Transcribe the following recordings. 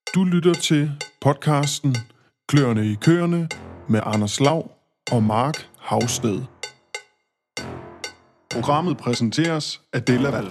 Du lytter til podcasten Kløerne i køerne med Anders Lav og Mark Havsted. Programmet præsenteres af Della Val.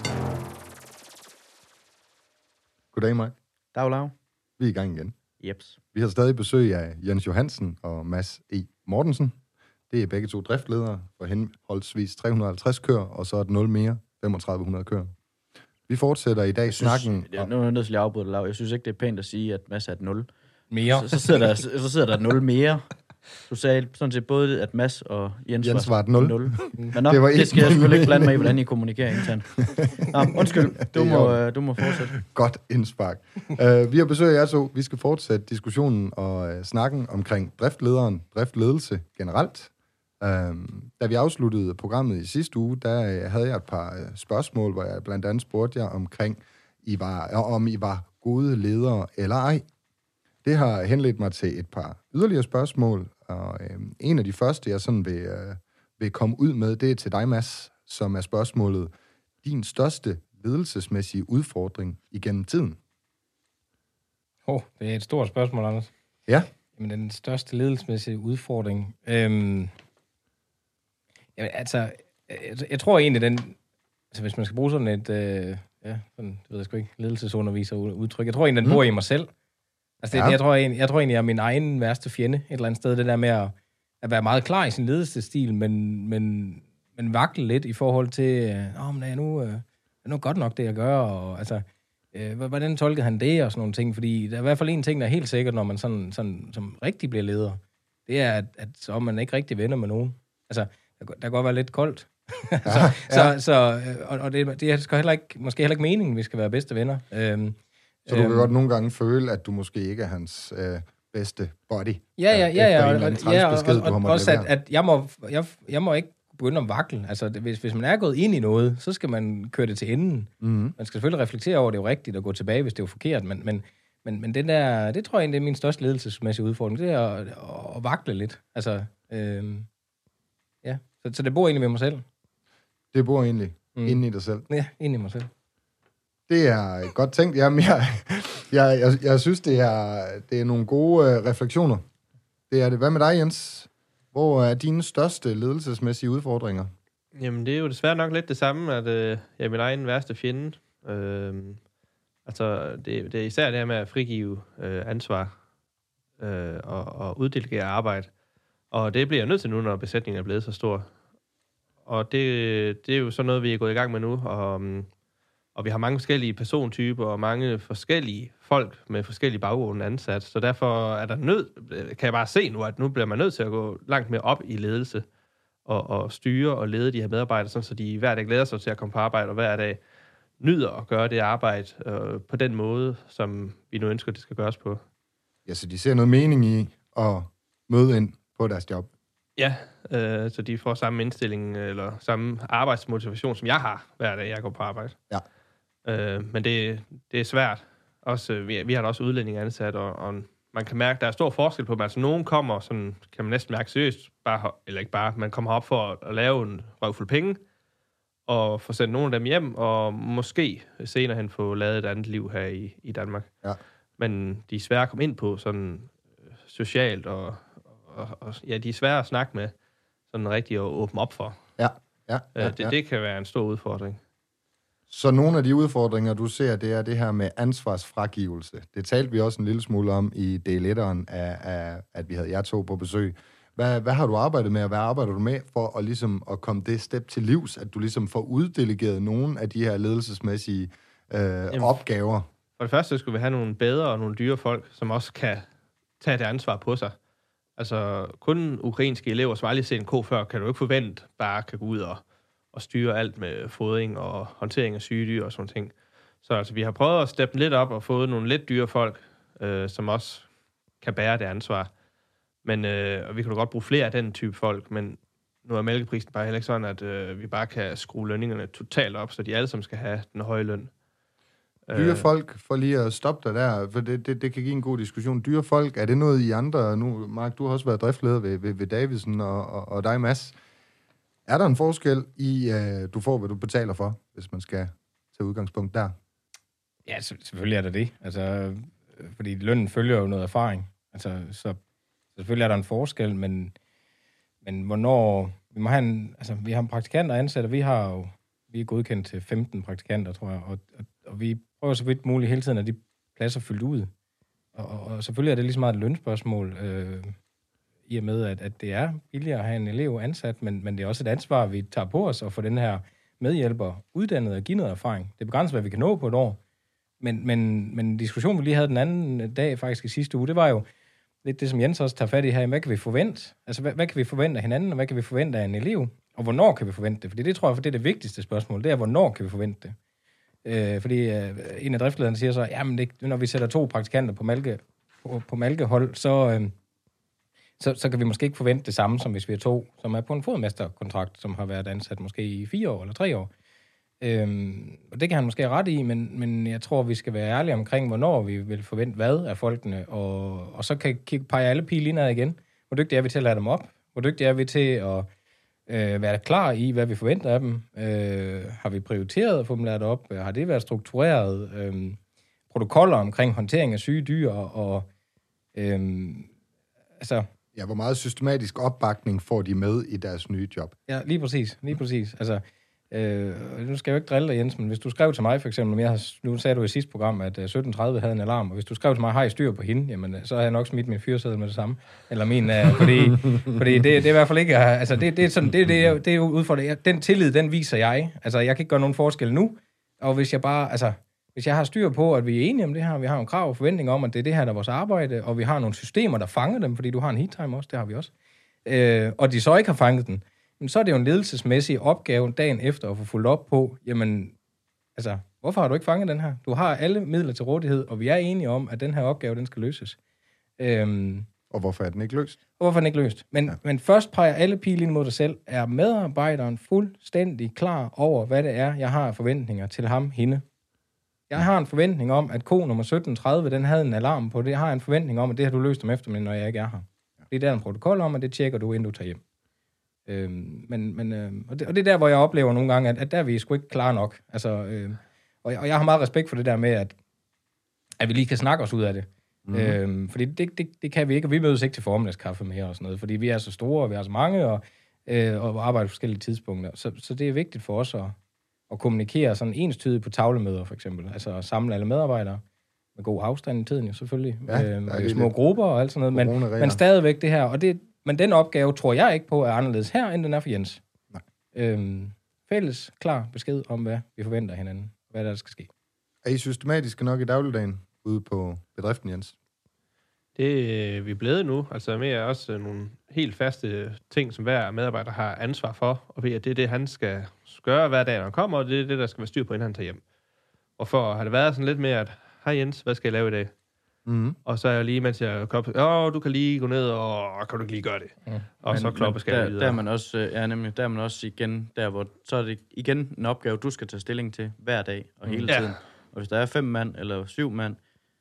Goddag, Mark. Dag, Lav. Vi er i gang igen. Jeps. Vi har stadig besøg af Jens Johansen og Mads E. Mortensen. Det er begge to driftledere for henholdsvis 350 køer, og så et 0 mere, 3500 køer. Vi fortsætter i dag snakken... Nu er jeg nødt til at afbryde dig, Lav. Jeg synes ikke, det er pænt at sige, at Mads er et 0. Mere. Så sidder der et 0 mere. Du sagde sådan set både, at Mads og Jens var et 0. 0. Men det skal jeg selvfølgelig ikke blande mig i, hvordan I kommunikerer internt. Undskyld, du må fortsætte. Godt indspark. Vi har besøg af jer to. Vi skal fortsætte diskussionen og snakken omkring driftledelse generelt. Da vi afsluttede programmet i sidste uge, der havde jeg et par spørgsmål, hvor jeg blandt andet spurgte jer omkring, om I var gode ledere eller ej. Det har henledt mig til et par yderligere spørgsmål, og en af de første, jeg sådan vil komme ud med, det er til dig, Mads, som er spørgsmålet: din største ledelsesmæssige udfordring igennem tiden? Det er et stort spørgsmål, Anders. Ja. Jamen, den største ledelsesmæssige udfordring... jeg tror egentlig, altså hvis man skal bruge sådan et... sådan, det ved jeg sgu ikke, ledelsesunderviser udtryk. Jeg tror egentlig, den bor i mig selv. Altså, jeg tror egentlig, jeg er min egen værste fjende et eller andet sted. Det der med at være meget klar i sin ledelsesstil, men vakle lidt i forhold til, men er nu godt nok det, jeg gør, og altså, hvordan tolkede han det, og sådan nogle ting, fordi der er i hvert fald en ting, der er helt sikkert, når man sådan som rigtig bliver leder, det er, at så er man ikke rigtig venner med nogen. Altså, der kan godt være lidt koldt. Det er måske heller ikke meningen, vi skal være bedste venner. Så du kan godt nogle gange føle, at du måske ikke er hans bedste buddy. Ja, og også at jeg må ikke begynde at vakle. Altså, hvis man er gået ind i noget, så skal man køre det til enden. Mm-hmm. Man skal selvfølgelig reflektere over, at det er jo rigtigt at gå tilbage, hvis det er forkert, men det der, det tror jeg, det er min største ledelsesmæssige udfordring, det er at vakle lidt. Altså, så det bor egentlig ved mig selv. Det bor egentlig inde i dig selv? Ja, inde i mig selv. Det er godt tænkt. Jamen, jeg synes, det er nogle gode refleksioner. Det er det. Hvad med dig, Jens? Hvor er dine største ledelsesmæssige udfordringer? Jamen, det er jo desværre nok lidt det samme, at jeg er min egen værste fjende. Det er især det her med at frigive ansvar og uddelegere arbejde. Og det bliver jeg nødt til nu, når besætningen er blevet så stor. Og det er jo sådan noget, vi er gået i gang med nu, og vi har mange forskellige persontyper og mange forskellige folk med forskellige baggrunde ansat. Så derfor er der kan jeg bare se nu, at nu bliver man nødt til at gå langt mere op i ledelse og styre og lede de her medarbejdere, sådan, så de hver dag glæder sig til at komme på arbejde, og hver dag nyder at gøre det arbejde på den måde, som vi nu ønsker, det skal gøres på. Ja, så de ser noget mening i at møde ind på deres job. Ja, så de får samme indstilling eller samme arbejdsmotivation, som jeg har hver dag, jeg går på arbejde. Ja. Men det er svært. Også, vi har da også udlændinge ansat, og man kan mærke, at der er stor forskel på dem. Altså, nogen kommer, sådan, kan man næsten mærke seriøst, man kommer op for at lave en røvfuld penge, og få sendt nogle af dem hjem, og måske senere hen få lavet et andet liv her i Danmark. Ja. Men de er svære at komme ind på, sådan socialt, og de er svære at snakke med, sådan rigtigt at åbne op for. Ja. Det kan være en stor udfordring. Så nogle af de udfordringer, du ser, det er det her med ansvarsfragivelse. Det talte vi også en lille smule om i del 1'eren af at vi havde jer to på besøg. Hvad har du arbejdet med, og hvad arbejder du med for at, ligesom, at komme det step til livs, at du ligesom får uddelegeret nogle af de her ledelsesmæssige opgaver? For det første skulle vi have nogle bedre og nogle dyre folk, som også kan tage det ansvar på sig. Altså, kun ukrainske elever, som aldrig set en ko før, kan du ikke forvente, bare kan gå ud og styre alt med fodring og håndtering af syge dyr og sådan ting. Så altså, vi har prøvet at steppe lidt op og fået nogle lidt dyre folk, som også kan bære det ansvar. Men og vi kan da godt bruge flere af den type folk, men nu er mælkeprisen bare heller ikke sådan, at vi bare kan skrue lønningerne totalt op, så de alle sammen skal have den høje løn. Dyre folk, for lige at stoppe dig der, for det kan give en god diskussion. Dyre folk, er det noget I andre? Nu, Mark, du har også været driftleder ved Davidsen og dig, Mads. Er der en forskel i, du får, hvad du betaler for, hvis man skal tage udgangspunkt der? Ja, selvfølgelig er der det. Altså, fordi lønnen følger jo noget erfaring. Altså, så selvfølgelig er der en forskel, men hvornår... Vi har en praktikanter ansat, og vi er godkendt til 15 praktikanter, tror jeg, og vi prøver så vidt muligt hele tiden, at de pladser fyldt ud. Og selvfølgelig er det lige så meget et lønspørgsmål, i og med, at det er billigere at have en elev ansat, men det er også et ansvar, vi tager på os at få den her medhjælper uddannet og give noget erfaring. Det begrænser, hvad vi kan nå på et år. Men diskussionen, vi lige havde den anden dag faktisk i sidste uge, det var jo lidt det, som Jens også tager fat i her. Hvad kan vi forvente? Altså, hvad kan vi forvente af hinanden, og hvad kan vi forvente af en elev? Og hvornår kan vi forvente det? Fordi det tror jeg, det er det vigtigste spørgsmål. Det er, hvornår kan vi forvente det? Fordi en af driftlederne siger så, jamen, når vi sætter 2 praktikanter på malkehold, så kan vi måske ikke forvente det samme, som hvis vi er 2, som er på en fodmesterkontrakt, som har været ansat måske i 4 år eller 3 år. Og det kan han måske have ret i, men jeg tror, vi skal være ærlige omkring, hvornår vi vil forvente hvad af folkene, og så kan pege alle pile indad igen. Hvor dygtige er vi til at lade dem op? Hvor dygtige er vi til at være klar i, hvad vi forventer af dem? Har vi prioriteret at få dem lært op? Har det været struktureret? Protokoller omkring håndtering af syge dyr? Ja, hvor meget systematisk opbakning får de med i deres nye job? Ja, lige præcis. Altså, nu skal jeg jo ikke drille dig, Jens, men hvis du skrev til mig, for eksempel, nu sagde du i sidste program, at 17.30 havde en alarm, og hvis du skrev til mig, har I styr på hende, jamen, så har jeg nok smidt min fyreseddel med det samme. Eller min, fordi det er i hvert fald ikke, altså, det er jo udfordret. Den tillid, den viser jeg. Altså, jeg kan ikke gøre nogen forskel nu, og hvis jeg har styr på, at vi er enige om det her, vi har en krav og forventninger om, at det er det her, der er vores arbejde, og vi har nogle systemer, der fanger dem, fordi du har en heat time også, det har vi også, og de så ikke har fanget den, så er det jo en ledelsesmæssig opgave dagen efter at få fulgt op på, jamen, altså, hvorfor har du ikke fanget den her? Du har alle midler til rådighed, og vi er enige om, at den her opgave, den skal løses. Og hvorfor er den ikke løst? Men først peger alle pile ind mod dig selv. Er medarbejderen fuldstændig klar over, hvad det er, jeg har forventninger til ham, hende? Jeg har en forventning om, at ko nummer 1730, den havde en alarm på det. Jeg har en forventning om, at det har du løst om eftermiddagen, når jeg ikke er her. Det er der en protokol om, og det tjekker du, inden du tager hjem. Og det er der, hvor jeg oplever nogle gange, at der er vi sgu ikke klar nok. Altså, og jeg har meget respekt for det der med, at vi lige kan snakke os ud af det. Fordi det kan vi ikke, og vi mødes ikke til formiddagskaffe mere og sådan noget, fordi vi er så store, og vi er så mange, og arbejder på forskellige tidspunkter. Så det er vigtigt for os at kommunikere sådan enstydigt på tavlemøder, for eksempel. Altså at samle alle medarbejdere med god afstand i tiden, jo selvfølgelig. Med små grupper og alt sådan noget. Men stadigvæk det her, og men den opgave tror jeg ikke på er anderledes her, end den er for Jens. Fælles, klar besked om, hvad vi forventer hinanden. Hvad der skal ske. Er I systematiske nok i dagligdagen ude på bedriften, Jens? Det er vi blevet nu. Altså med er også nogle helt faste ting, som hver medarbejder har ansvar for, og ved at det er det, han skal gøre hver dag, når han kommer, og det er det, der skal være styr på, inden han tager hjem. Og for har det været sådan lidt mere, at hej Jens, hvad skal jeg lave i dag? Og så er jeg lige, mens jeg kommer, du kan lige gå ned, og kan du ikke lige gøre det? Og så kloppe skal jeg videre. Der er man også, der er man også igen, der hvor, så er det igen en opgave, du skal tage stilling til hver dag og hele tiden. Og hvis der er 5 mand eller 7 mand,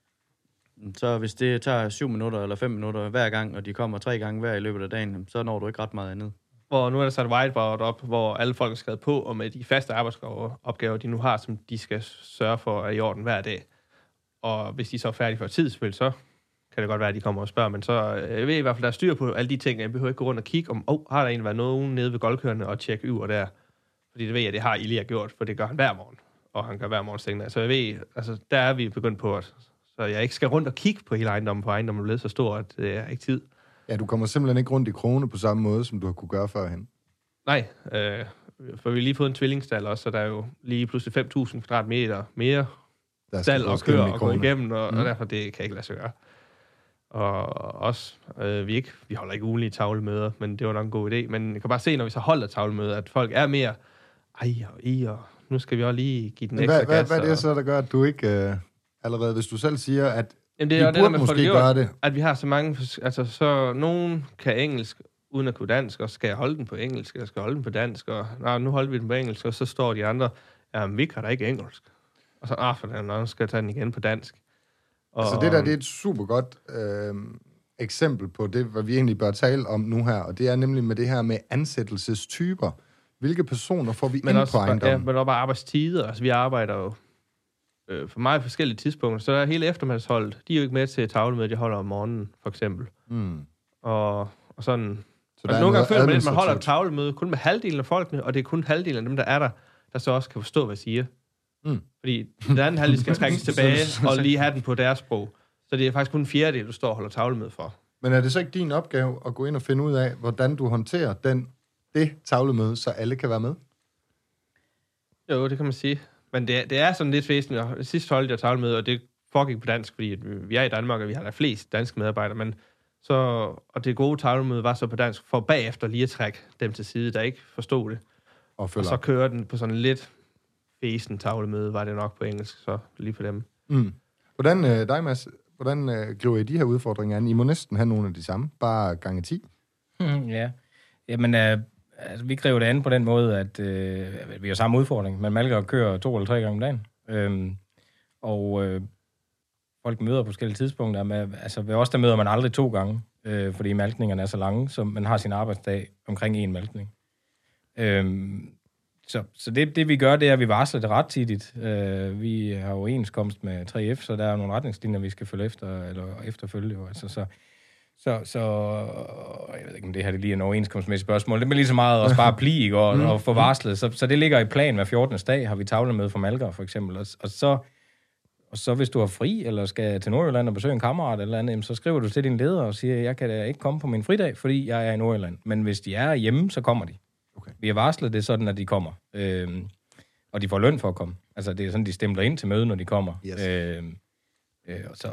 så hvis det tager 7 minutter eller 5 minutter hver gang, og de kommer 3 gange hver i løbet af dagen, så når du ikke ret meget andet. Og nu er der sat whiteboard op, hvor alle folk er skrevet på, og med de faste arbejdsopgaver, de nu har, som de skal sørge for at i orden hver dag. Og hvis de så er færdige for et tidsspil, så kan det godt være, at de kommer og spørger, men så jeg ved i hvert fald, der er styr på alle de ting. Jeg behøver ikke gå rundt og kigge om, har der egentlig været nogen nede ved golfkørende og tjekke yver der? Fordi det ved jeg, det har Ilja gjort, for det gør han hver morgen, og han gør hver morgen tingene. Så jeg ved, altså der er vi begyndt på, at så jeg ikke skal rundt og kigge på hele ejendommen, for ejendommen er blevet så stor, at det er ikke tid. Ja, du kommer simpelthen ikke rundt i krone på samme måde, som du har kunne gøre førhen. Nej, for vi har lige fået en tvillingstal også, så der er jo lige pludselig 5.000 kvadratmeter mere stald og køer og gå igennem, og derfor det kan ikke lade sig gøre. Og også, vi holder ikke ugenlige tavlemøder, men det var nok en god idé. Men jeg kan bare se, når vi så holder tavlemøder, at folk er mere, og nu skal vi også lige give den ekstra gas. Hvad er det så, der gør, at du ikke allerede, hvis du selv siger, at det er vi burde måske gøre det? At vi har så mange, altså så nogen kan engelsk, uden at kunne dansk, og skal jeg holde den på engelsk, eller skal jeg holde den på dansk, og nu holder vi den på engelsk, og så står de andre, vi kan da ikke engelsk. Og så, for den skal jeg tage den igen på dansk. Og, altså det der, det er et super godt eksempel på det, hvad vi egentlig bør tale om nu her, og det er nemlig med det her med ansættelsestyper. Hvilke personer får vi ind på ejendommen? Ja, men også bare arbejdstider. Altså vi arbejder jo for meget forskellige tidspunkter. Så er hele eftermiddagsholdet, de er jo ikke med til tavlemødet, de holder om morgenen, for eksempel. Og sådan... Så altså, nogle gange føler man, at man holder et tavlemøde kun med halvdelen af folkene, og det er kun halvdelen af dem, der er der så også kan forstå, hvad jeg siger. Fordi den anden halvdel skal trækkes tilbage og lige have den på deres sprog. Så det er faktisk kun en fjerdedel, du står og holder tavlemøde for. Men er det så ikke din opgave at gå ind og finde ud af, hvordan du håndterer det tavlemøde, så alle kan være med? Jo, det kan man sige. Men det er sådan lidt væsentligt. Sidst holdt jeg tavlemøde, og det foregik på dansk, fordi vi er i Danmark, og vi har der flest danske medarbejdere, men og det gode tavlemøde var så på dansk, for bagefter lige at trække dem til side, der ikke forstod det. Og så kører den på sådan lidt fæsen tavlemøde, var det nok på engelsk, så lige for dem. Hvordan, Mads, hvordan griber I de her udfordringer an? I må næsten have nogle af de samme, bare gange 10. Ja, jamen, altså, vi griber det an på den måde, at vi har samme udfordring. Man malker og kører 2 eller 3 gange om dagen. Folk møder på forskellige tidspunkter. Altså ved os, der møder man aldrig 2 gange, fordi malkningerne er så lange, så man har sin arbejdsdag omkring 1 malkning. Så det vi gør, det er, at vi varsler det ret tidligt. Vi har jo overenskomst med 3F, så der er nogle retningslinjer, vi skal følge efter, eller efterfølge. Altså, så jeg ved ikke, om det her det lige er en overenskomstmæssigt spørgsmål. Det er lige så meget at spare pli, ikke, og få varslet. Så det ligger i plan hver 14. dag, har vi tavlemøde for malker, for eksempel. Og så hvis du har fri, eller skal til Nordjylland og besøge en kammerat eller andet, så skriver du til din leder og siger, jeg kan da ikke komme på min fridag, fordi jeg er i Nordjylland. Men hvis de er hjemme, så kommer de. Okay. Vi har varslet det sådan, at de kommer. Og de får løn for at komme. Altså, det er sådan, de stempler ind til møde, når de kommer. Yes.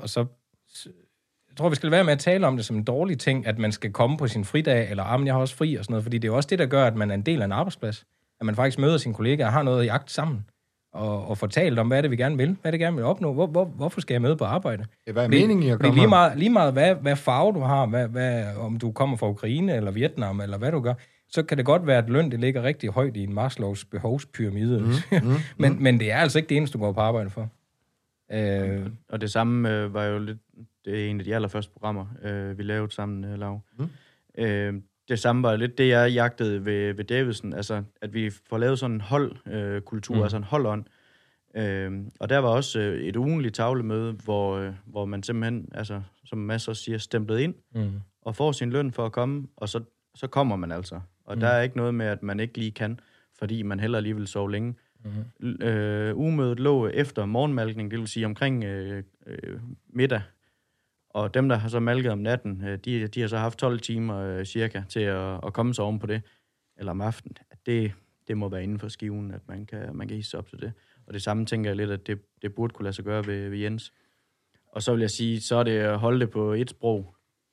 Jeg tror, vi skal være med at tale om det som en dårlig ting, at man skal komme på sin fridag, eller jeg har også fri og sådan noget, fordi det er også det, der gør, at man er en del af en arbejdsplads. At man faktisk møder sine kollegaer og har noget at jagte sammen. Og fortalt om, hvad er det, vi gerne vil. Hvad er det, gerne vil opnå. Hvorfor skal jeg møde på arbejde? Hvad er meningen i at komme lige meget hvad farve du har, om du kommer fra Ukraine eller Vietnam, eller hvad du gør, så kan det godt være, at løn det ligger rigtig højt i en Maslows behovspyramide. Men det er altså ikke det eneste, du går på arbejde for. Og det samme var jo lidt... Det er en af de allerførste programmer, vi lavede sammen, Lav. Det samme var lidt det, jeg jagtede ved Davidsen, altså at vi får lavet sådan en holdkultur, altså en holdånd. Og der var også et ugenligt tavlemøde, hvor man simpelthen, altså som Mads også siger, stemplet ind og får sin løn for at komme, og så kommer man altså. Og der er ikke noget med, at man ikke lige kan, fordi man heller lige vil sove længe. Ugemødet lå efter morgenmalkning, det vil sige omkring middag. Og dem, der har så malket om natten, de har så haft 12 timer cirka til at komme sig oven på det. Eller om aftenen. Det må være inden for skiven, at man kan hisse op til det. Og det samme tænker jeg lidt, at det burde kunne lade sig gøre ved Jens. Og så vil jeg sige, så er det at holde det på et sprog,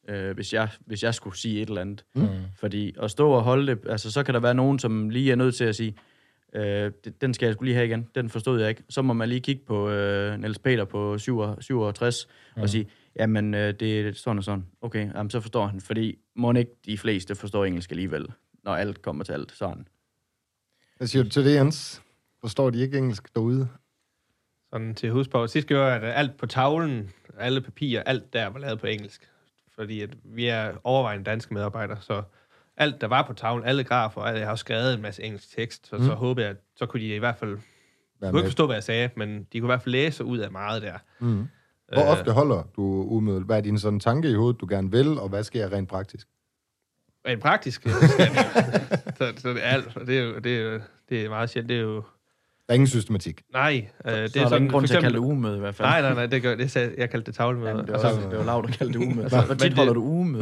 hvis jeg skulle sige et eller andet. Fordi at stå og holde det, altså så kan der være nogen, som lige er nødt til at sige, den skal jeg skulle lige have igen, den forstod jeg ikke. Så må man lige kigge på Niels Peter på 67 og sige, jamen det er sådan og sådan. Okay, jamen, så forstår han, fordi må ikke de fleste forstår engelsk alligevel, når alt kommer til alt sådan. Hvad siger du til det, Jens? Forstår de ikke engelsk derude? Sådan til husk på. Sidst gjorde jeg, at alt på tavlen, alle papirer, alt der var lavet på engelsk. Fordi at vi er overvejende danske medarbejdere, så alt, der var på tavlen, alle grafer, jeg har skrevet en masse engelsk tekst, så håber jeg, at så kunne de i hvert fald... De kunne ikke forstå, hvad jeg sagde, men de kunne i hvert fald læse ud af meget der. Hvor ofte holder du umødet? Hvad er din sådan tanke i hovedet, du gerne vil, og hvad sker rent praktisk? Rent praktisk? så det er alt. Det er meget sjældent. Det er jo... Der er ingen systematik? Nej. Det er sådan ingen grund til at kalde det ugemøde i hvert fald. Nej, jeg kaldte det tavlemøde. Jamen, det var Lav, der kaldte det umøde. Hvor tit holder du ugemøde?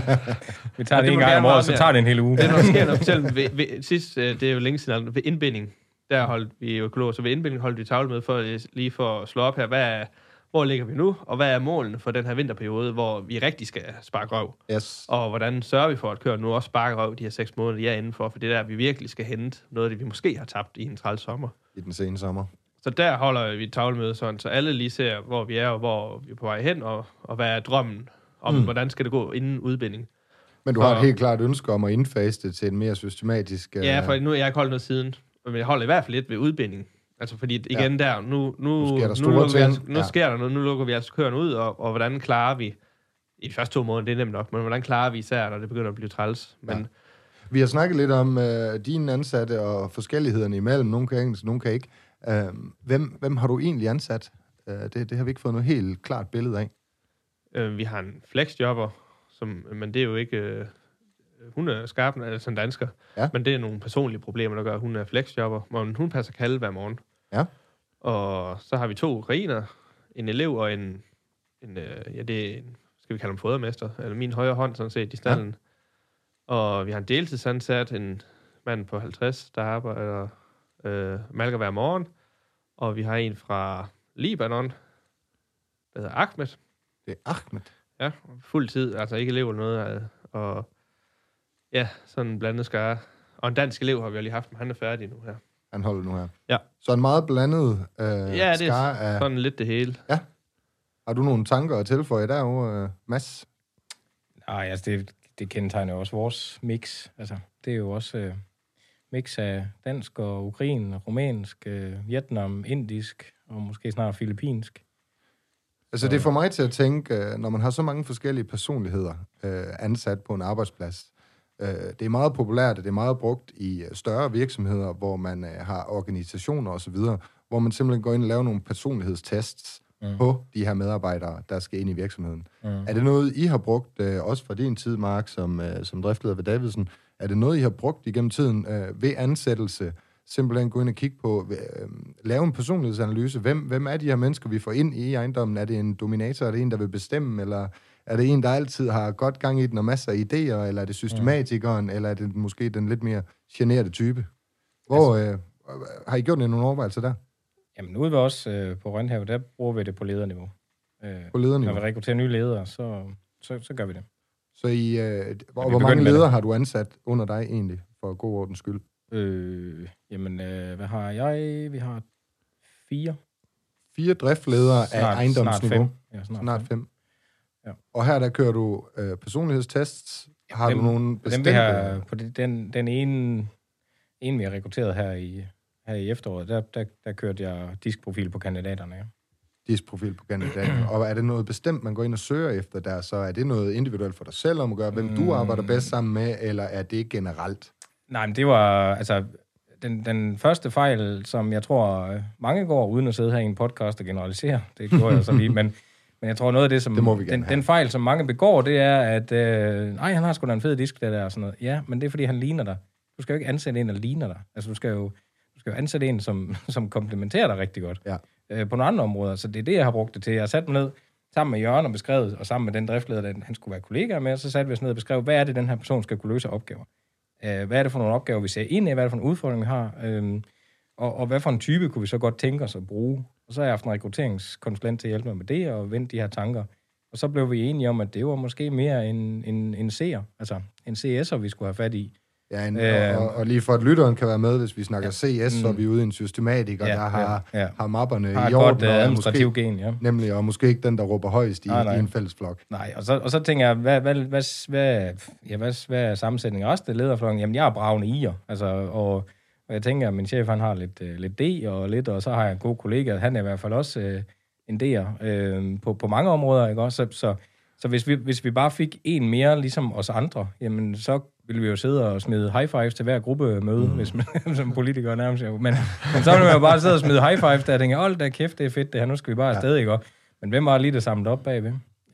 Vi tager det en gang om året, så tager det en hel uge. Det er noget sker, ved sidst, det er jo længe siden, ved indbinding, der holdt vi jo økologer, så ved indbinding holdt vi tavlemøde for at slå op her, hvor ligger vi nu, og hvad er målene for den her vinterperiode, hvor vi rigtig skal sparke røv? Yes. Og hvordan sørger vi for, at køren nu også sparker røv de her 6 måneder, jeg er indenfor, for det der, vi virkelig skal hente noget af det, vi måske har tabt i en træls sommer. I den sene sommer. Så der holder vi et tavlemøde sådan, så alle lige ser, hvor vi er, og hvor vi er på vej hen, og hvad er drømmen om, hvordan skal det gå inden udbinding. Men du har et helt klart ønske om at indfase det til en mere systematisk... Ja, for nu har jeg ikke holdt noget siden, men jeg holder i hvert fald lidt ved udbinding. Altså fordi igen der, nu sker der noget, nu lukker vi altså køren ud, og hvordan klarer vi, i de første 2 måneder, det er nemt nok, men hvordan klarer vi især, når det begynder at blive træls. Men, vi har snakket lidt om dine ansatte og forskellighederne imellem, nogen kan engelsk, nogen kan ikke. Hvem har du egentlig ansat? Det har vi ikke fået noget helt klart billede af. Vi har en flexjobber, men det er jo ikke... hun er skarp, altså en dansker, men det er nogle personlige problemer, der gør, at hun er flexjobber. Men hun passer kalde hver morgen. Ja. Og så har vi 2 riner, en elev og en det er en, skal vi kalde ham fodermester, eller min højre hånd, sådan set, i stallen. Ja. Og vi har en deltidsansat, en mand på 50, der arbejder malker hver morgen. Og vi har en fra Libanon, der hedder Ahmed. Det er Ahmed? Ja, fuld tid, altså ikke elev eller noget. Og ja, sådan en blandet skare. Og en dansk elev har vi lige haft, men han er færdig nu her. Han holder nu her. Ja. Så en meget blandet ja, det er af... sådan lidt det hele. Ja. Har du nogle tanker at tilføje derovre, Mads? Nej, altså det kendetegner også vores mix. Altså, det er jo også mix af dansk og ukrain, rumænsk, Vietnam, indisk og måske snart filippinsk. Altså det får mig til at tænke, når man har så mange forskellige personligheder ansat på en arbejdsplads. Det er meget populært, og det er meget brugt i større virksomheder, hvor man har organisationer osv., hvor man simpelthen går ind og laver nogle personlighedstests på de her medarbejdere, der skal ind i virksomheden. Er det noget, I har brugt, også fra din tid, Mark, som driftleder ved Davidsen? Er det noget, I har brugt igennem tiden ved ansættelse? Simpelthen gå ind og kigge på, lave en personlighedsanalyse. Hvem er de her mennesker, vi får ind i ejendommen? Er det en dominator? Er det en, der vil bestemme? Eller er det en, der altid har godt gang i den og masser af idéer? Eller er det systematikeren? Eller er det måske den lidt mere generede type? Har I gjort nogle overvejelser der? Jamen ude ved os på Rønhave, der bruger vi det på lederniveau. På lederniveau? Når vi rekrutterer nye ledere, så gør vi det. Så hvor mange ledere har du ansat under dig egentlig, for god ordens skyld? Hvad har jeg? Vi har 4. 4 driftledere af ejendomsniveau? Snart 5. Ja. Og her der kører du personlighedstests. Har du nogle bestemte? Den ene, vi har rekrutteret her i efteråret, der kørte jeg diskprofil på kandidaterne, ja. Diskprofil på kandidaterne. Og er det noget bestemt, man går ind og søger efter der? Så er det noget individuelt for dig selv om at gøre, hvem du arbejder bedst sammen med, eller er det generelt? Nej, men det var, altså, den første fejl, som jeg tror, mange går uden at sidde her i en podcast og generalisere, det gjorde jeg så lige, men jeg tror noget af det, som den fejl, som mange begår, det er, at han har sgu da en fed disk, der og sådan noget. Ja, men det er, fordi han ligner dig. Du skal jo ikke ansætte en, der ligner dig. Altså, du skal jo ansætte en, som komplementerer dig rigtig godt. Ja. På nogle andre områder. Så det er det, jeg har brugt det til. Jeg har sat mig ned sammen med Jørgen og beskrevet, og sammen med den driftleder, der han skulle være kollega med, så satte vi os ned og beskrev, hvad er det, den her person skal kunne løse opgaver. Hvad er det for nogle opgaver, vi ser ind i? Hvad er det for en udfordring, vi har? Og hvad for en type kunne vi så godt tænke os at bruge? Og så har jeg haft en rekrutteringskonsulent til at hjælpe mig med det, og vende de her tanker. Og så blev vi enige om, at det var måske mere en C'er, altså en CS'er, vi skulle have fat i. Ja, og lige for at lytteren kan være med, hvis vi snakker CS, så er vi ude i en systematik, og der har mapperne i orden, og administrativ gen, ja. Nemlig, og måske ikke den, der råber højst i en fælles flok. Nej, og så tænker jeg, hvad er sammensætningen resten af lederflokken? Jamen, jeg er bravende i'er, altså, og jeg tænker, at min chef, han har lidt D og så har jeg en god kollega, han er i hvert fald også en D'er på mange områder, ikke også? Så hvis vi bare fik en mere, ligesom os andre, jamen så ville vi jo sidde og smide high fives til hver gruppemøde, hvis man som politiker nærmest. Men så ville man jo bare sidde og smide high fives, der og tænke, hold da kæft, det er fedt det her, nu skal vi bare afsted, ikke? Men hvem var lige det samlet op bagved?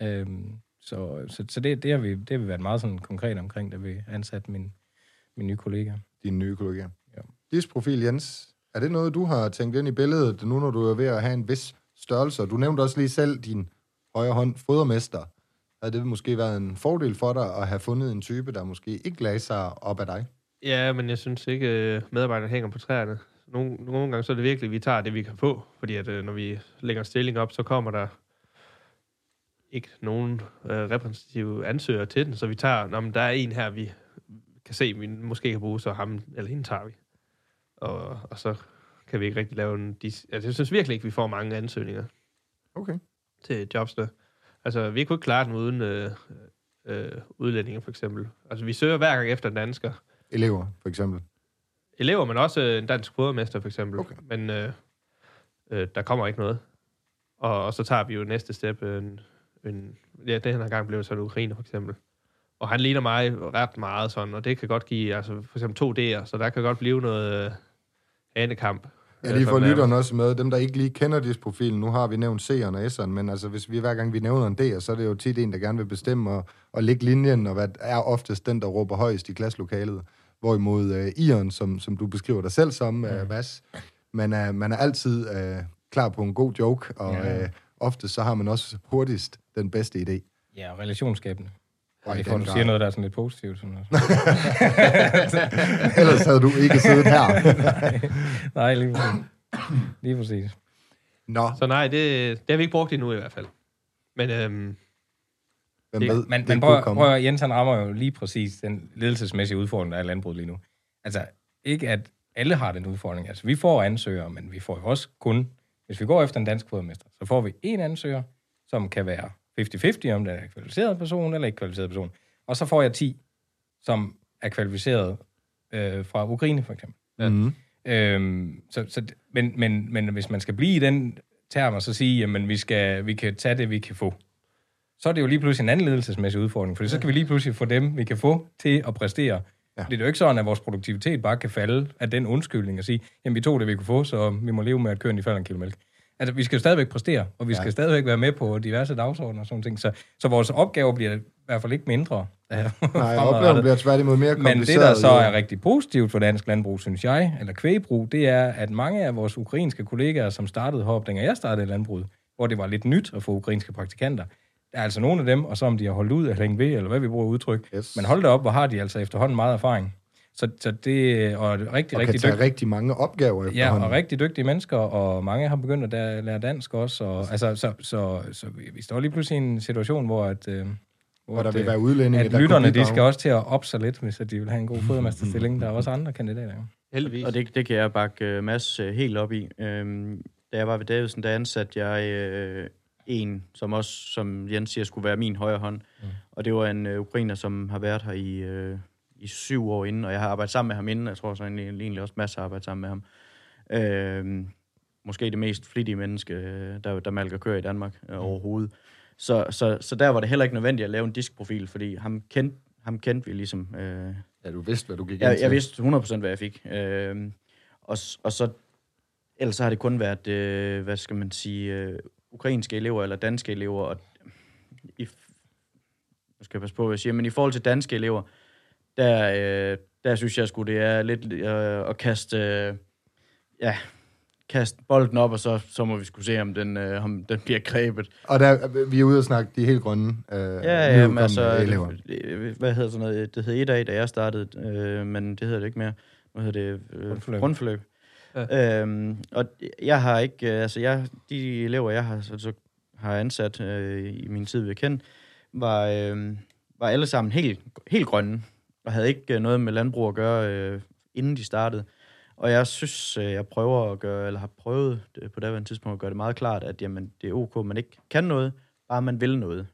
Så det har vi været meget sådan konkret omkring, da vi ansatte min nye kollega. Din nye kollega. Ja. Diskprofil, Jens, er det noget, du har tænkt ind i billedet, nu når du er ved at have en vis størrelse? Du nævnte også lige selv din højre hånd, fodermester. Havde det måske været en fordel for dig at have fundet en type, der måske ikke lagde sig op af dig? Ja, men jeg synes ikke, medarbejderne hænger på træerne. Nogle gange så er det virkelig, at vi tager det, vi kan få. Fordi at når vi lægger en stilling op, så kommer der ikke nogen repræsentative ansøgere til den. Så vi tager, når der er en her, vi kan se, vi måske kan bruge, så ham eller hende tager vi. Og så kan vi ikke rigtig lave en... Altså, jeg synes virkelig ikke, vi får mange ansøgninger. Okay. Til jobsene. Altså, vi kunne ikke klare den uden udlændinge, for eksempel. Altså, vi søger hver gang efter en dansker. Elever, for eksempel? Elever, men også en dansk fodermester, for eksempel. Okay. Men der kommer ikke noget. Og så tager vi jo næste step. Den her gang blev det så en ukrainer, for eksempel. Og han ligner mig ret meget sådan, og det kan godt give, altså for eksempel 2 D'er, så der kan godt blive noget hanekamp. Ja, lige for lytterne også med. Dem, der ikke lige kender DIS-profilen, nu har vi nævnt C'eren og S'eren, men altså, hvis vi hver gang vi nævner en D'er, så er det jo tit en, der gerne vil bestemme og lægge linjen, og hvad er oftest den, der råber højst i klasselokalet. Hvorimod I'eren, som du beskriver dig selv som, Mads, man er altid klar på en god joke, og ofte så har man også hurtigst den bedste idé. Ja, og relationsskabende. Og det får, du siger noget, der er sådan lidt positivt. Sådan noget. Ellers havde du ikke siddet her. Nej, lige præcis. Nå. Så nej, det har vi ikke brugt endnu i hvert fald. Men prøv, Jens han rammer jo lige præcis den ledelsesmæssige udfordring, der er i landbruget lige nu. Altså, ikke at alle har den udfordring. Altså, vi får ansøgere, men vi får jo også kun, hvis vi går efter en dansk fodermester, så får vi en ansøger, som kan være 50-50, om det er en kvalificeret person eller ikke kvalificeret person. Og så får jeg 10, som er kvalificeret fra Ukraine, for eksempel. Ja. Men hvis man skal blive i den term og så sige, jamen vi kan tage det, vi kan få, så er det jo lige pludselig en anden ledelsesmæssig udfordring, for så skal vi lige pludselig få dem, vi kan få, til at præstere. Ja. Det er jo ikke sådan, at vores produktivitet bare kan falde af den undskyldning og sige, jamen vi tog det, vi kunne få, så vi må leve med, at køerne falder en kilo mælk. Altså, vi skal jo stadigvæk præstere, og vi skal stadigvæk være med på diverse dagsordner og sådan ting. Så vores opgaver bliver i hvert fald ikke mindre. Nej, opgaven bliver tværtimod mere kompliceret. Men det, der så er rigtig positivt for dansk landbrug, synes jeg, eller kvægbrug, det er, at mange af vores ukrainske kollegaer, som startede heroppe, dengang jeg startede landbruget, hvor det var lidt nyt at få ukrainske praktikanter, der er altså nogle af dem, og så om de har holdt ud eller hængt ved, eller hvad vi bruger udtryk. Yes. Men hold da op, hvor har de altså efterhånden meget erfaring. Så det og rigtig kan tage rigtig mange opgaver efterhånden. Ja, og rigtig dygtige mennesker, og mange har begyndt at lære dansk også. Og, altså, så vi står lige pludselig i en situation, hvor der vil være udlændinge, at lytterne, de skal også til at op sig lidt, hvis de vil have en god fodermesterstilling. Der er også andre kandidater. Heldigvis. Og det kan jeg bakke Mads helt op i. Da jeg var ved Davidsen, der ansatte jeg en, som Jens siger, skulle være min højre hånd. Og det var en ukrainer, som har været her i 7 år inden, og jeg har arbejdet sammen med ham inden. Jeg tror så egentlig også masser af arbejde sammen med ham. Måske det mest flittige menneske, der malker køer i Danmark overhovedet. Så der var det heller ikke nødvendigt at lave en diskprofil, fordi ham kendte vi ligesom. Ja, du vidste, hvad du gik ind til. Jeg vidste 100% hvad jeg fik. Og så ellers har det kun været, hvad skal man sige, ukrainske elever eller danske elever. Og nu skal jeg passe på, hvad jeg siger, men i forhold til danske elever, der synes jeg sgu, det er lidt at kaste bolden op, og så må vi sgu se, om den bliver grebet. Og vi er ude og snakke de helt grønne men altså, elever. Hvad hedder sådan noget? Det hed 1 dag, da jeg startede, men det hedder det ikke mere. Nu hedder det grundforløb. Ja. Og jeg har ikke, de elever, jeg har ansat i min tid ved Kent, var alle sammen helt grønne, og havde ikke noget med landbrug at gøre, inden de startede. Og jeg synes, jeg prøver at gøre, eller har prøvet på daværende tidspunkt at gøre det meget klart, at jamen, det er ok, man ikke kan noget, bare man vil noget.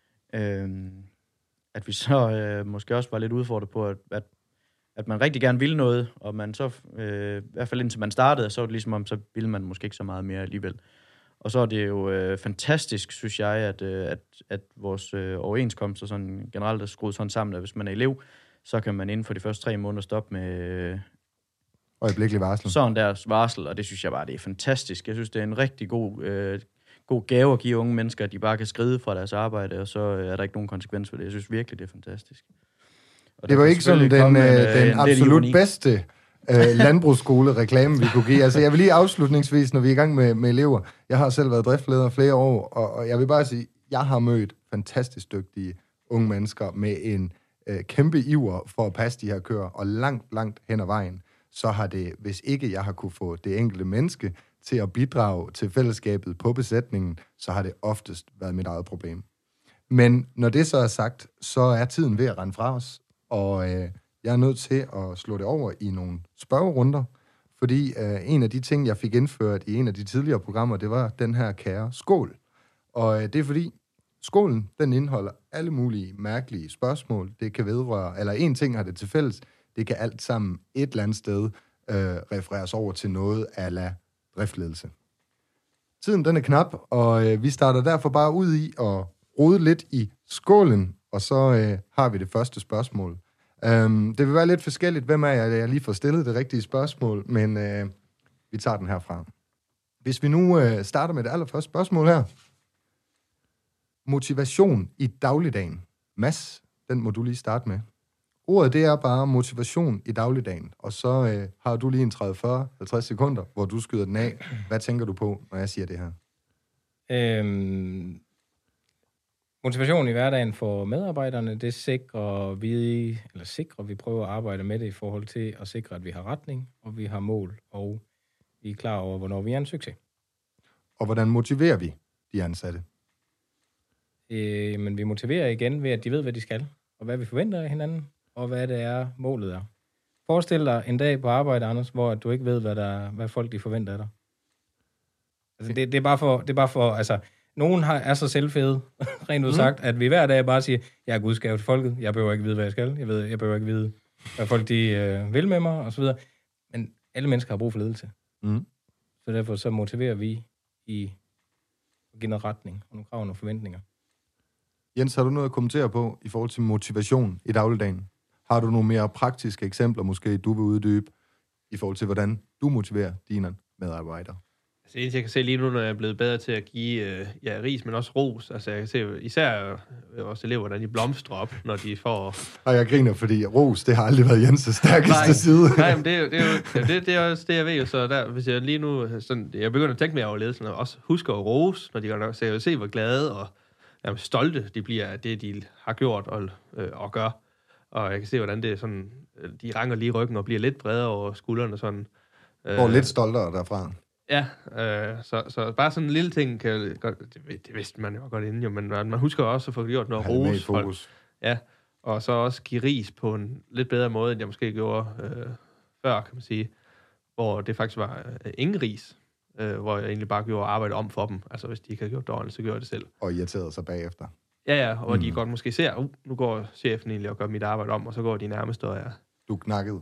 At vi så måske også var lidt udfordret på, at man rigtig gerne ville noget, og man så, i hvert fald indtil man startede, så var det ligesom om, så ville man måske ikke så meget mere alligevel. Og så er det jo fantastisk, synes jeg, at vores overenskomster sådan generelt er skruet sådan sammen, at hvis man er elev, så kan man inden for de første 3 måneder stoppe med øjeblikkelig varsel. Sådan deres varsel, og det synes jeg bare, det er fantastisk. Jeg synes, det er en rigtig god gave at give unge mennesker, at de bare kan skride fra deres arbejde, og så er der ikke nogen konsekvens for det. Jeg synes virkelig, det er fantastisk. Og det var ikke sådan den absolut bedste landbrugsskole-reklame, vi kunne give. Altså, jeg vil lige afslutningsvis, når vi er i gang med elever. Jeg har selv været driftleder flere år, og jeg vil bare sige, jeg har mødt fantastisk dygtige unge mennesker med en kæmpe iver for at passe de her køer, og langt hen ad vejen, så har det, hvis ikke jeg har kunne få det enkelte menneske til at bidrage til fællesskabet på besætningen, så har det oftest været mit eget problem. Men når det så er sagt, så er tiden ved at rende fra os, og jeg er nødt til at slå det over i nogle spørgerunder, fordi en af de ting, jeg fik indført i en af de tidligere programmer, det var den her kære skål. Og det er fordi, skålen, den indeholder alle mulige mærkelige spørgsmål. Det kan vedrøre, eller en ting har det til fælles, det kan alt sammen et eller andet sted refereres over til noget a la driftledelse. Tiden den er knap, og vi starter derfor bare ud i at rode lidt i skålen, og så har vi det første spørgsmål. Det vil være lidt forskelligt, hvem er jeg lige får stillet det rigtige spørgsmål, men Vi tager den herfra. Hvis vi nu starter med det allerførste spørgsmål her. Motivation i dagligdagen. Mads, den må du lige starte med. Ordet, det er bare motivation i dagligdagen. Og så har du lige en 30-40-50 sekunder, hvor du skyder den af. Hvad tænker du på, når jeg siger det her? Motivation i hverdagen for medarbejderne, det sikrer vi prøver at arbejde med det i forhold til at sikre, at vi har retning, og vi har mål, og vi er klar over, hvornår vi er en succes. Og hvordan motiverer vi de ansatte? Men vi motiverer igen ved, at de ved, hvad de skal, og hvad vi forventer af hinanden, og hvad det er, målet er. Forestil dig en dag på arbejde, Anders, hvor du ikke ved, hvad folk de forventer af dig. Altså, det er bare for, altså, nogen er så selvfede, rent ud sagt, at vi hver dag bare siger, jeg er gudsgave til folket, jeg behøver ikke vide, hvad jeg skal, jeg behøver ikke vide, hvad folk de vil med mig, og så videre. Men alle mennesker har brug for ledelse. Så derfor så motiverer vi i at give noget retning, og nogle krav og nogle forventninger. Jens, har du noget at kommentere på i forhold til motivation i dagligdagen? Har du nogle mere praktiske eksempler, måske du vil uddybe, i forhold til, hvordan du motiverer dine medarbejdere? Altså, jeg kan se lige nu, når jeg er blevet bedre til at give ris, men også ros. Altså, jeg kan se især også elever, hvordan de blomstrer op, når de får... Og jeg griner, fordi ros, det har aldrig været Jens' stærkeste side. Nej, men det er også det, jeg ved jo. Så der, hvis jeg lige nu... Sådan, jeg begynder at tænke mere over ledelsen, og også husker at rose, når de gør nok. Så jeg vil se, hvor glade og stolte de bliver af det, de har gjort og gør. Og jeg kan se, hvordan det er sådan... De ranker lige ryggen og bliver lidt bredere over skuldrene. Sådan, og lidt stoltere derfra. Ja, så bare sådan en lille ting, det vidste man jo godt inden, jo, men man husker også at få gjort noget ros. Ja, og så også give ris på en lidt bedre måde, end jeg måske gjorde før, kan man sige, hvor det faktisk var ingen ris, hvor jeg egentlig bare gjorde arbejde om for dem. Altså hvis de ikke havde gjort det ordentligt, så gjorde jeg det selv. Og irriterede sig bagefter. Ja, og hvor de godt måske ser, nu går chefen egentlig og gør mit arbejde om, og så går de nærmest, og jeg... Du knakkede.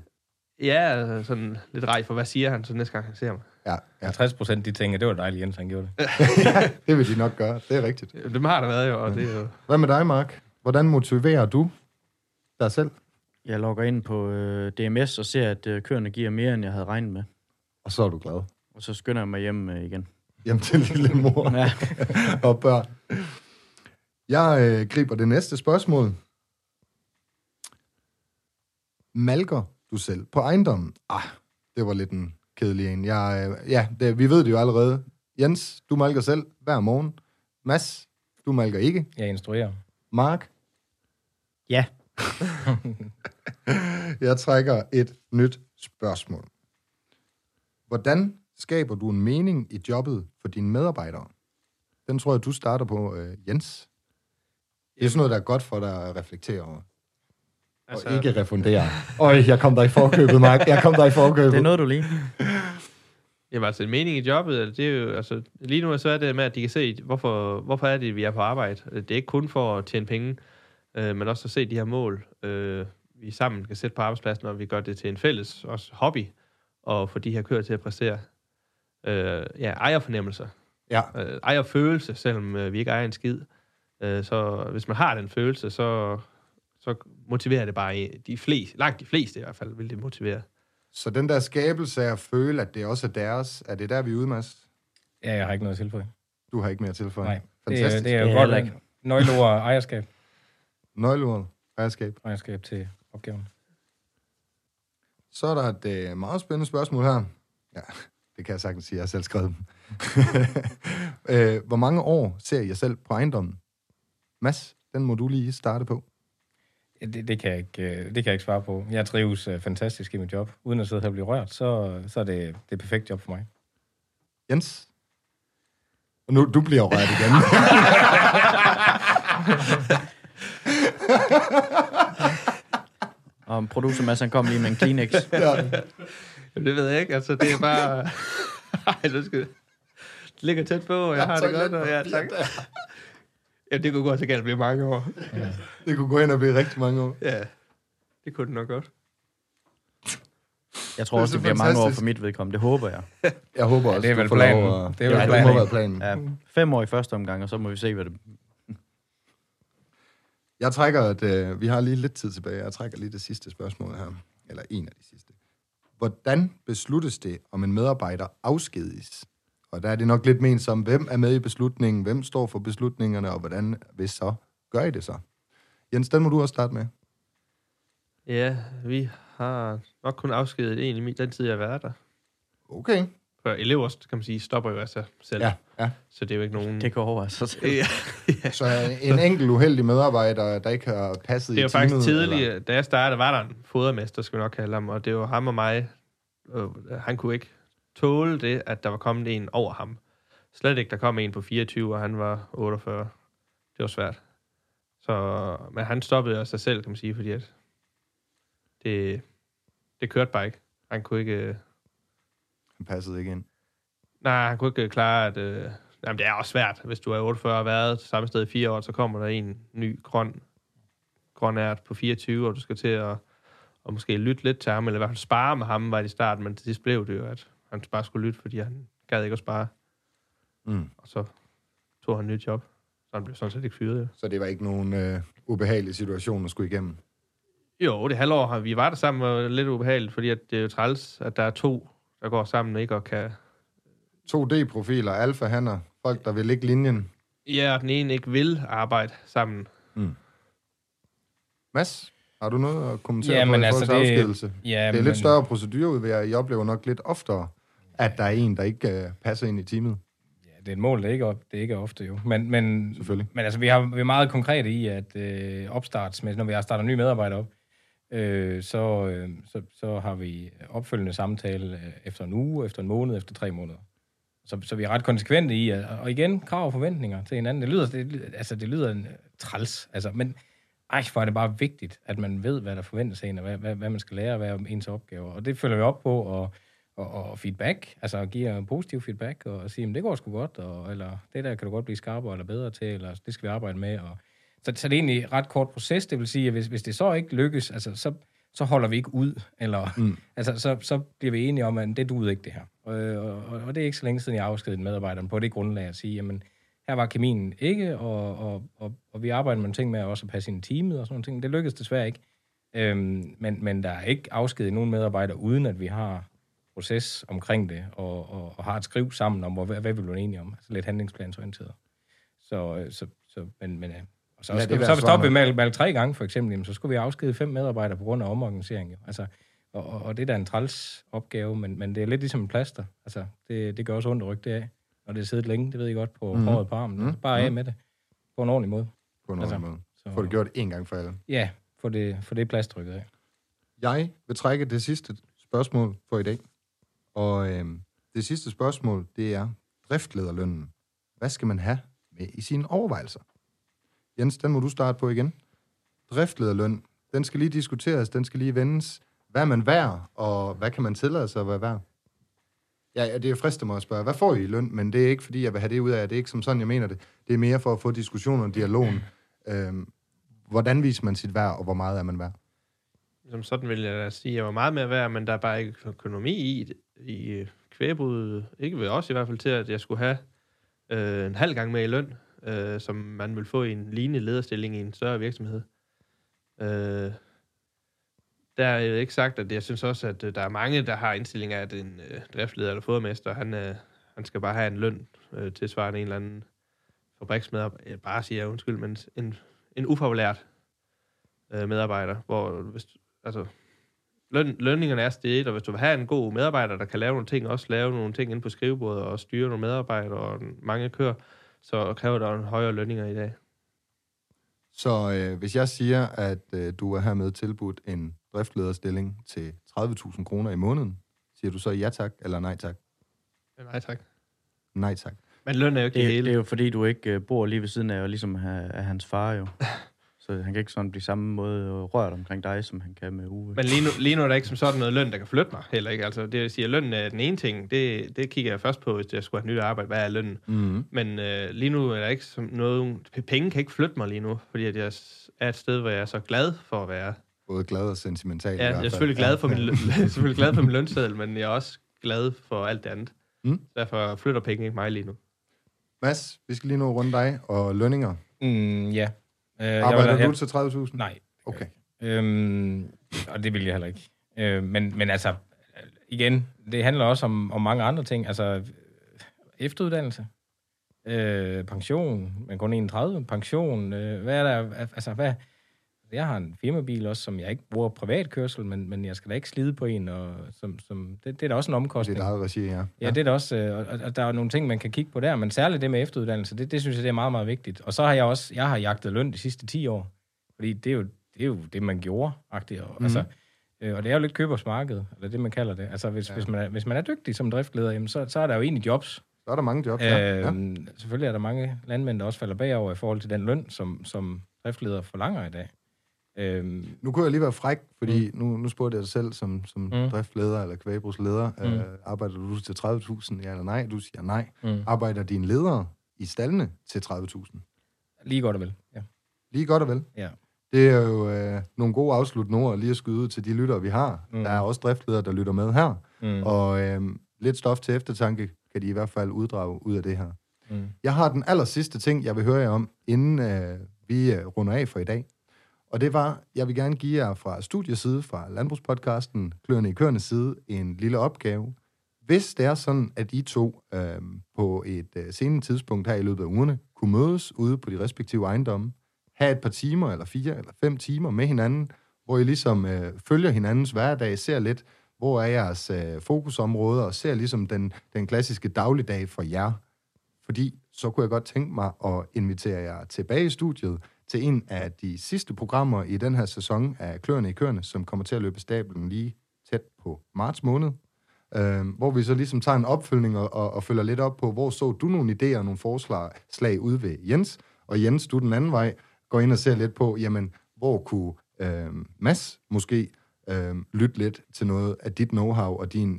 Ja, sådan lidt rej for, hvad siger han, så næste gang han ser mig. Ja. 50% de tænker, det var dejligt, Jens, han gjorde det. Ja, det vil de nok gøre, det er rigtigt. Dem har der været jo, og det er jo... Hvad med dig, Mark? Hvordan motiverer du dig selv? Jeg logger ind på DMS og ser, at køerne giver mere, end jeg havde regnet med. Og så er du glad. Og så skynder jeg mig hjem igen. Hjem til lille mor Ja. og børn. Jeg griber det næste spørgsmål. Malker du selv på ejendommen? Det var lidt en kedelig en. Vi ved det jo allerede. Jens, du malker selv hver morgen. Mads, du malker ikke. Jeg instruerer. Mark? Ja. Jeg trækker et nyt spørgsmål. Hvordan skaber du en mening i jobbet for dine medarbejdere? Den tror jeg, du starter på, Jens. Det er sådan noget, der er godt for dig at reflektere over. Altså... Og ikke refundere. Jeg kom der i forkøbet, Mark. Jeg kom der i forkøbet. Det er noget, du lige. Jamen altså, en mening i jobbet, det er jo, altså, lige nu så er det med, at de kan se, hvorfor er det, vi er på arbejde. Det er ikke kun for at tjene penge, men også at se de her mål, vi sammen kan sætte på arbejdspladsen, og vi gør det til en fælles også hobby, og få de her kører til at præstere. Ejerfornemmelser. Ja. Ejerfølelse, selvom vi ikke ejer en skid. Så hvis man har den følelse, så motiverer det bare langt de fleste i hvert fald, vil det motivere. Så den der skabelse af at føle, at det også er deres, er det der, vi er ude, Mads? Ja, jeg har ikke noget at tilføje. Du har ikke mere at tilføje? Nej, fantastisk. Det er jo godt. Nøgleord ejerskab. Nøgleord ejerskab. Ejerskab til opgaven. Så er der et meget spændende spørgsmål her. Ja, det kan jeg sagtens sige, jeg har selv skrevet dem. Hvor mange år ser jeg selv på ejendommen? Mads, den må du lige starte på. Det kan jeg ikke svare på. Jeg trives fantastisk i mit job. Uden at sidde her og blive rørt, så er det et perfekt job for mig. Jens? Og nu, du bliver rørt igen. Og producer Mads, han kom lige med en Kleenex. Ja. Det ved jeg ikke, altså det er bare... det ligger tæt på, og jeg har det godt, og ja, tak. Ja, det kunne godt så galt blive mange år. Ja. Det kunne gå hen og blive rigtig mange år. Ja, det kunne det nok godt. Jeg tror også, det bliver mange år for mit vedkommende. Det håber jeg. Jeg håber også, det er vel planen. Det er vel planen. Det må være planen. Ja, 5 år i første omgang, og så må vi se, hvad det... Jeg trækker, vi har lige lidt tid tilbage. Jeg trækker lige det sidste spørgsmål her. Eller en af de sidste. hvordan besluttes det, om en medarbejder afskediges? Og der er det nok lidt ment som, hvem er med i beslutningen, hvem står for beslutningerne, og hvordan, hvis så, gør I det så? Jens, den må du også starte med. Ja, vi har nok kun afskediget en i den tid, jeg har været der. Okay. For elever, kan man sige, stopper jo af sig selv. Ja. Så det er jo ikke nogen... Det går over sig selv. Ja. Så en enkelt uheldig medarbejder, der ikke har passet i Det var teamet, faktisk tidligt, eller? da jeg startede, var der en fodermester, skal vi nok kalde ham, og det var ham og mig. Han kunne ikke tåle det, at der var kommet en over ham. Slet ikke, der kom en på 24, og han var 48. Det var svært. Men han stoppede af sig selv, kan man sige, fordi at det kørte bare ikke. Han kunne ikke... Han passede ikke ind. Nej, han kunne ikke klare, at... Jamen, det er også svært, hvis du er 48 og har været samme sted i 4 år, så kommer der en ny grøn ært på 24, og du skal til at måske lytte lidt til ham, eller i hvert fald spare med ham, var det i starten, men til sidst blev det jo, at han bare skulle lytte, fordi han gad ikke at spare. Og så tog han et nyt job, så han blev sådan set ikke fyret. Jo. Så det var ikke nogen ubehagelig situation at skulle igennem? Jo, det halvår, vi var der sammen, var lidt ubehageligt, fordi at det er jo træls, at der er 2, der går sammen, ikke, og kan... 2D-profiler, alfa-hanner, folk, der vil ligge linjen. Ja, og den ene ikke vil arbejde sammen. Mads, har du noget at kommentere på i forhold til afskedelse? Det er lidt større procedure ud ved, I oplever nok lidt oftere, at der er en, der ikke passer ind i teamet. Ja, det er et mål, det er ikke ofte jo. Men selvfølgelig. Men altså, vi er meget konkrete i, at opstartsmæssigt, når vi har startet nye medarbejdere op, så har vi opfølgende samtale efter en uge, efter en måned, efter 3 måneder. Så vi er ret konsekvente i, og igen, krav og forventninger til hinanden. Det lyder træls, altså, men hvor er det bare vigtigt, at man ved, hvad der forventes af en, og hvad man skal lære, hvad er ens opgaver. Og det følger vi op på, og feedback, altså giver positiv feedback, og sige, det går sgu godt, eller det der kan du godt blive skarpere eller bedre til, eller det skal vi arbejde med. Så det er egentlig en ret kort proces, det vil sige, at hvis det så ikke lykkes, altså, så holder vi ikke ud, eller så bliver vi enige om, at det duede ikke det her. Og det er ikke så længe siden, jeg afskedede medarbejderen på det grundlag at sige, jamen, her var kemien ikke, og vi arbejder med ting med at også passe ind i teamet og sådan nogle ting. Det lykkedes desværre ikke. Men der er ikke afskediget nogen medarbejdere, uden at vi har proces omkring det, og har et skriv sammen om, hvad vi bliver enige om. Altså lidt handlingsplansorienteret. Så hvis stoppe med 3 gange, for eksempel, så skulle vi afskedige 5 medarbejdere på grund af omorganisering. Jo. Altså, og det er da en træls opgave, men det er lidt ligesom en plaster. Altså, det gør også ondt at rykke det af. Og det er siddet længe, det ved I godt, på håret på armen. Bare af med det. På en ordentlig måde. På en ordentlig måde. Få det gjort 1 gang for alle. Ja, få det plastrykket af. Jeg vil trække det sidste spørgsmål for i dag. Og det sidste spørgsmål, det er driftlederlønnen. Hvad skal man have med i sine overvejelser? Jens, den må du starte på igen. Driftlederløn, den skal lige diskuteres, den skal lige vendes. Hvad er man værd, og hvad kan man tillade sig at være værd? Ja, det er frister mig at spørge, hvad får I løn? Men det er ikke, fordi jeg vil have det ud af, det er ikke som sådan, jeg mener det. Det er mere for at få diskussionen og dialogen. Hvordan viser man sit værd, og hvor meget er man værd? Som sådan vil jeg da sige, at jeg var meget mere værd, men der er bare ikke økonomi i kvægbruget. Ikke ved os i hvert fald til, at jeg skulle have en halv gang mere i løn, som man vil få i en lignende lederstilling i en større virksomhed. Der er jo ikke sagt, at jeg synes også, at der er mange, der har indstillinger, at en driftleder eller fodermester, han skal bare have en løn tilsvarende en eller anden fabriksmedarbejder. Jeg bare siger undskyld, men en ufaglært medarbejder, hvor lønningerne er steget, og hvis du vil have en god medarbejder, der kan lave nogle ting, også lave nogle ting inde på skrivebordet og styre nogle medarbejdere og mange kører, så kræver der en højere lønninger i dag. Så hvis jeg siger, at du er hermed tilbudt en driftlederstilling til 30.000 kroner i måneden, siger du så ja tak eller nej tak? Nej tak. Nej tak. Men løn er jo ikke det hele. Det er jo fordi, du ikke bor lige ved siden af, og ligesom af hans far jo. Så han kan ikke sådan blive samme måde rørt omkring dig, som han kan med Uwe. Men lige nu er der ikke som sådan noget løn, der kan flytte mig heller ikke. Altså, det vil sige, at lønnen er den ene ting. Det kigger jeg først på, hvis jeg skulle have nyt arbejde. Hvad er lønnen? Mm-hmm. Men lige nu er der ikke som noget... Penge kan ikke flytte mig lige nu, fordi at jeg er et sted, hvor jeg er så glad for at være. Både glad og sentimental. Ja, jeg er selvfølgelig glad for selvfølgelig glad for min lønseddel, men jeg er også glad for alt det andet. Derfor flytter penge ikke mig lige nu. Mads, vi skal lige nå rundt dig og lønninger. Ja. Arbejder du til 30.000? Nej. Okay. Og det vil jeg heller ikke. Men altså, igen, det handler også om mange andre ting. Altså, efteruddannelse, pension, men kun 31, pension, hvad er der, altså, hvad... Jeg har en firmabil også, som jeg ikke bruger privatkørsel, men jeg skal da ikke slide på en, og det er da også en omkostning. Det er eget regi, ja. Ja, det er da også, og der er nogle ting, man kan kigge på der, men særligt det med efteruddannelse, det synes jeg, det er meget, meget vigtigt. Og så har jeg har jagtet løn de sidste 10 år, fordi det er jo det, man gjorde-agtigt. Altså, og det er jo lidt købersmarked, eller det, man kalder det. Altså, hvis man er dygtig som driftleder, jamen, så er der jo egentlig jobs. Så er der mange jobs, ja. Selvfølgelig er der mange landmænd, der også falder bagover i forhold til den løn, som driftleder forlanger i dag. Nu kunne jeg lige være fræk, fordi nu spurgte jeg dig selv som driftleder eller kvægbrugleder. Arbejder du til 30.000, ja eller nej? Du siger nej. Arbejder dine ledere i staldene til 30.000? Lige godt og vel, ja. Lige godt og vel? Ja. Det er jo nogle gode afsluttende ord lige at skyde ud til de lyttere, vi har. Der er også driftledere, der lytter med her. Og lidt stof til eftertanke kan de i hvert fald uddrage ud af det her. Jeg har den aller sidste ting, jeg vil høre jer om, inden vi runder af for i dag. Og det var, jeg vil gerne give jer fra studieside, fra landbrugspodcasten, Kløerne i Køernes side, en lille opgave. Hvis det er sådan, at I to på et senere tidspunkt her i løbet af ugerne kunne mødes ude på de respektive ejendomme, have et par timer, eller 4 eller 5 timer med hinanden, hvor I ligesom følger hinandens hverdag, ser lidt, hvor er jeres fokusområder, og ser ligesom den klassiske dagligdag for jer. Fordi så kunne jeg godt tænke mig at invitere jer tilbage i studiet til en af de sidste programmer i den her sæson af Kløerne i Køerne, som kommer til at løbe stablen lige tæt på marts måned, hvor vi så ligesom tager en opfølgning og følger lidt op på, hvor så du nogle idéer og nogle forslag ude ved Jens, og Jens, du den anden vej, går ind og ser lidt på, jamen, hvor kunne Mads måske lytte lidt til noget af dit know-how og din,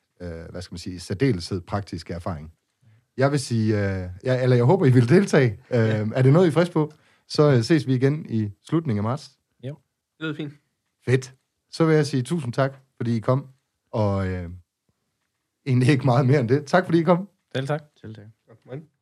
særdeleshed praktiske erfaring. Jeg vil sige, jeg håber, I vil deltage. Er det noget, I er frisk på? Så ses vi igen i slutningen af marts. Ja, det lyder fint. Fedt. Så vil jeg sige tusind tak, fordi I kom. Og egentlig ikke meget mere end det. Tak, fordi I kom. Selv tak. Selv tak. Godt.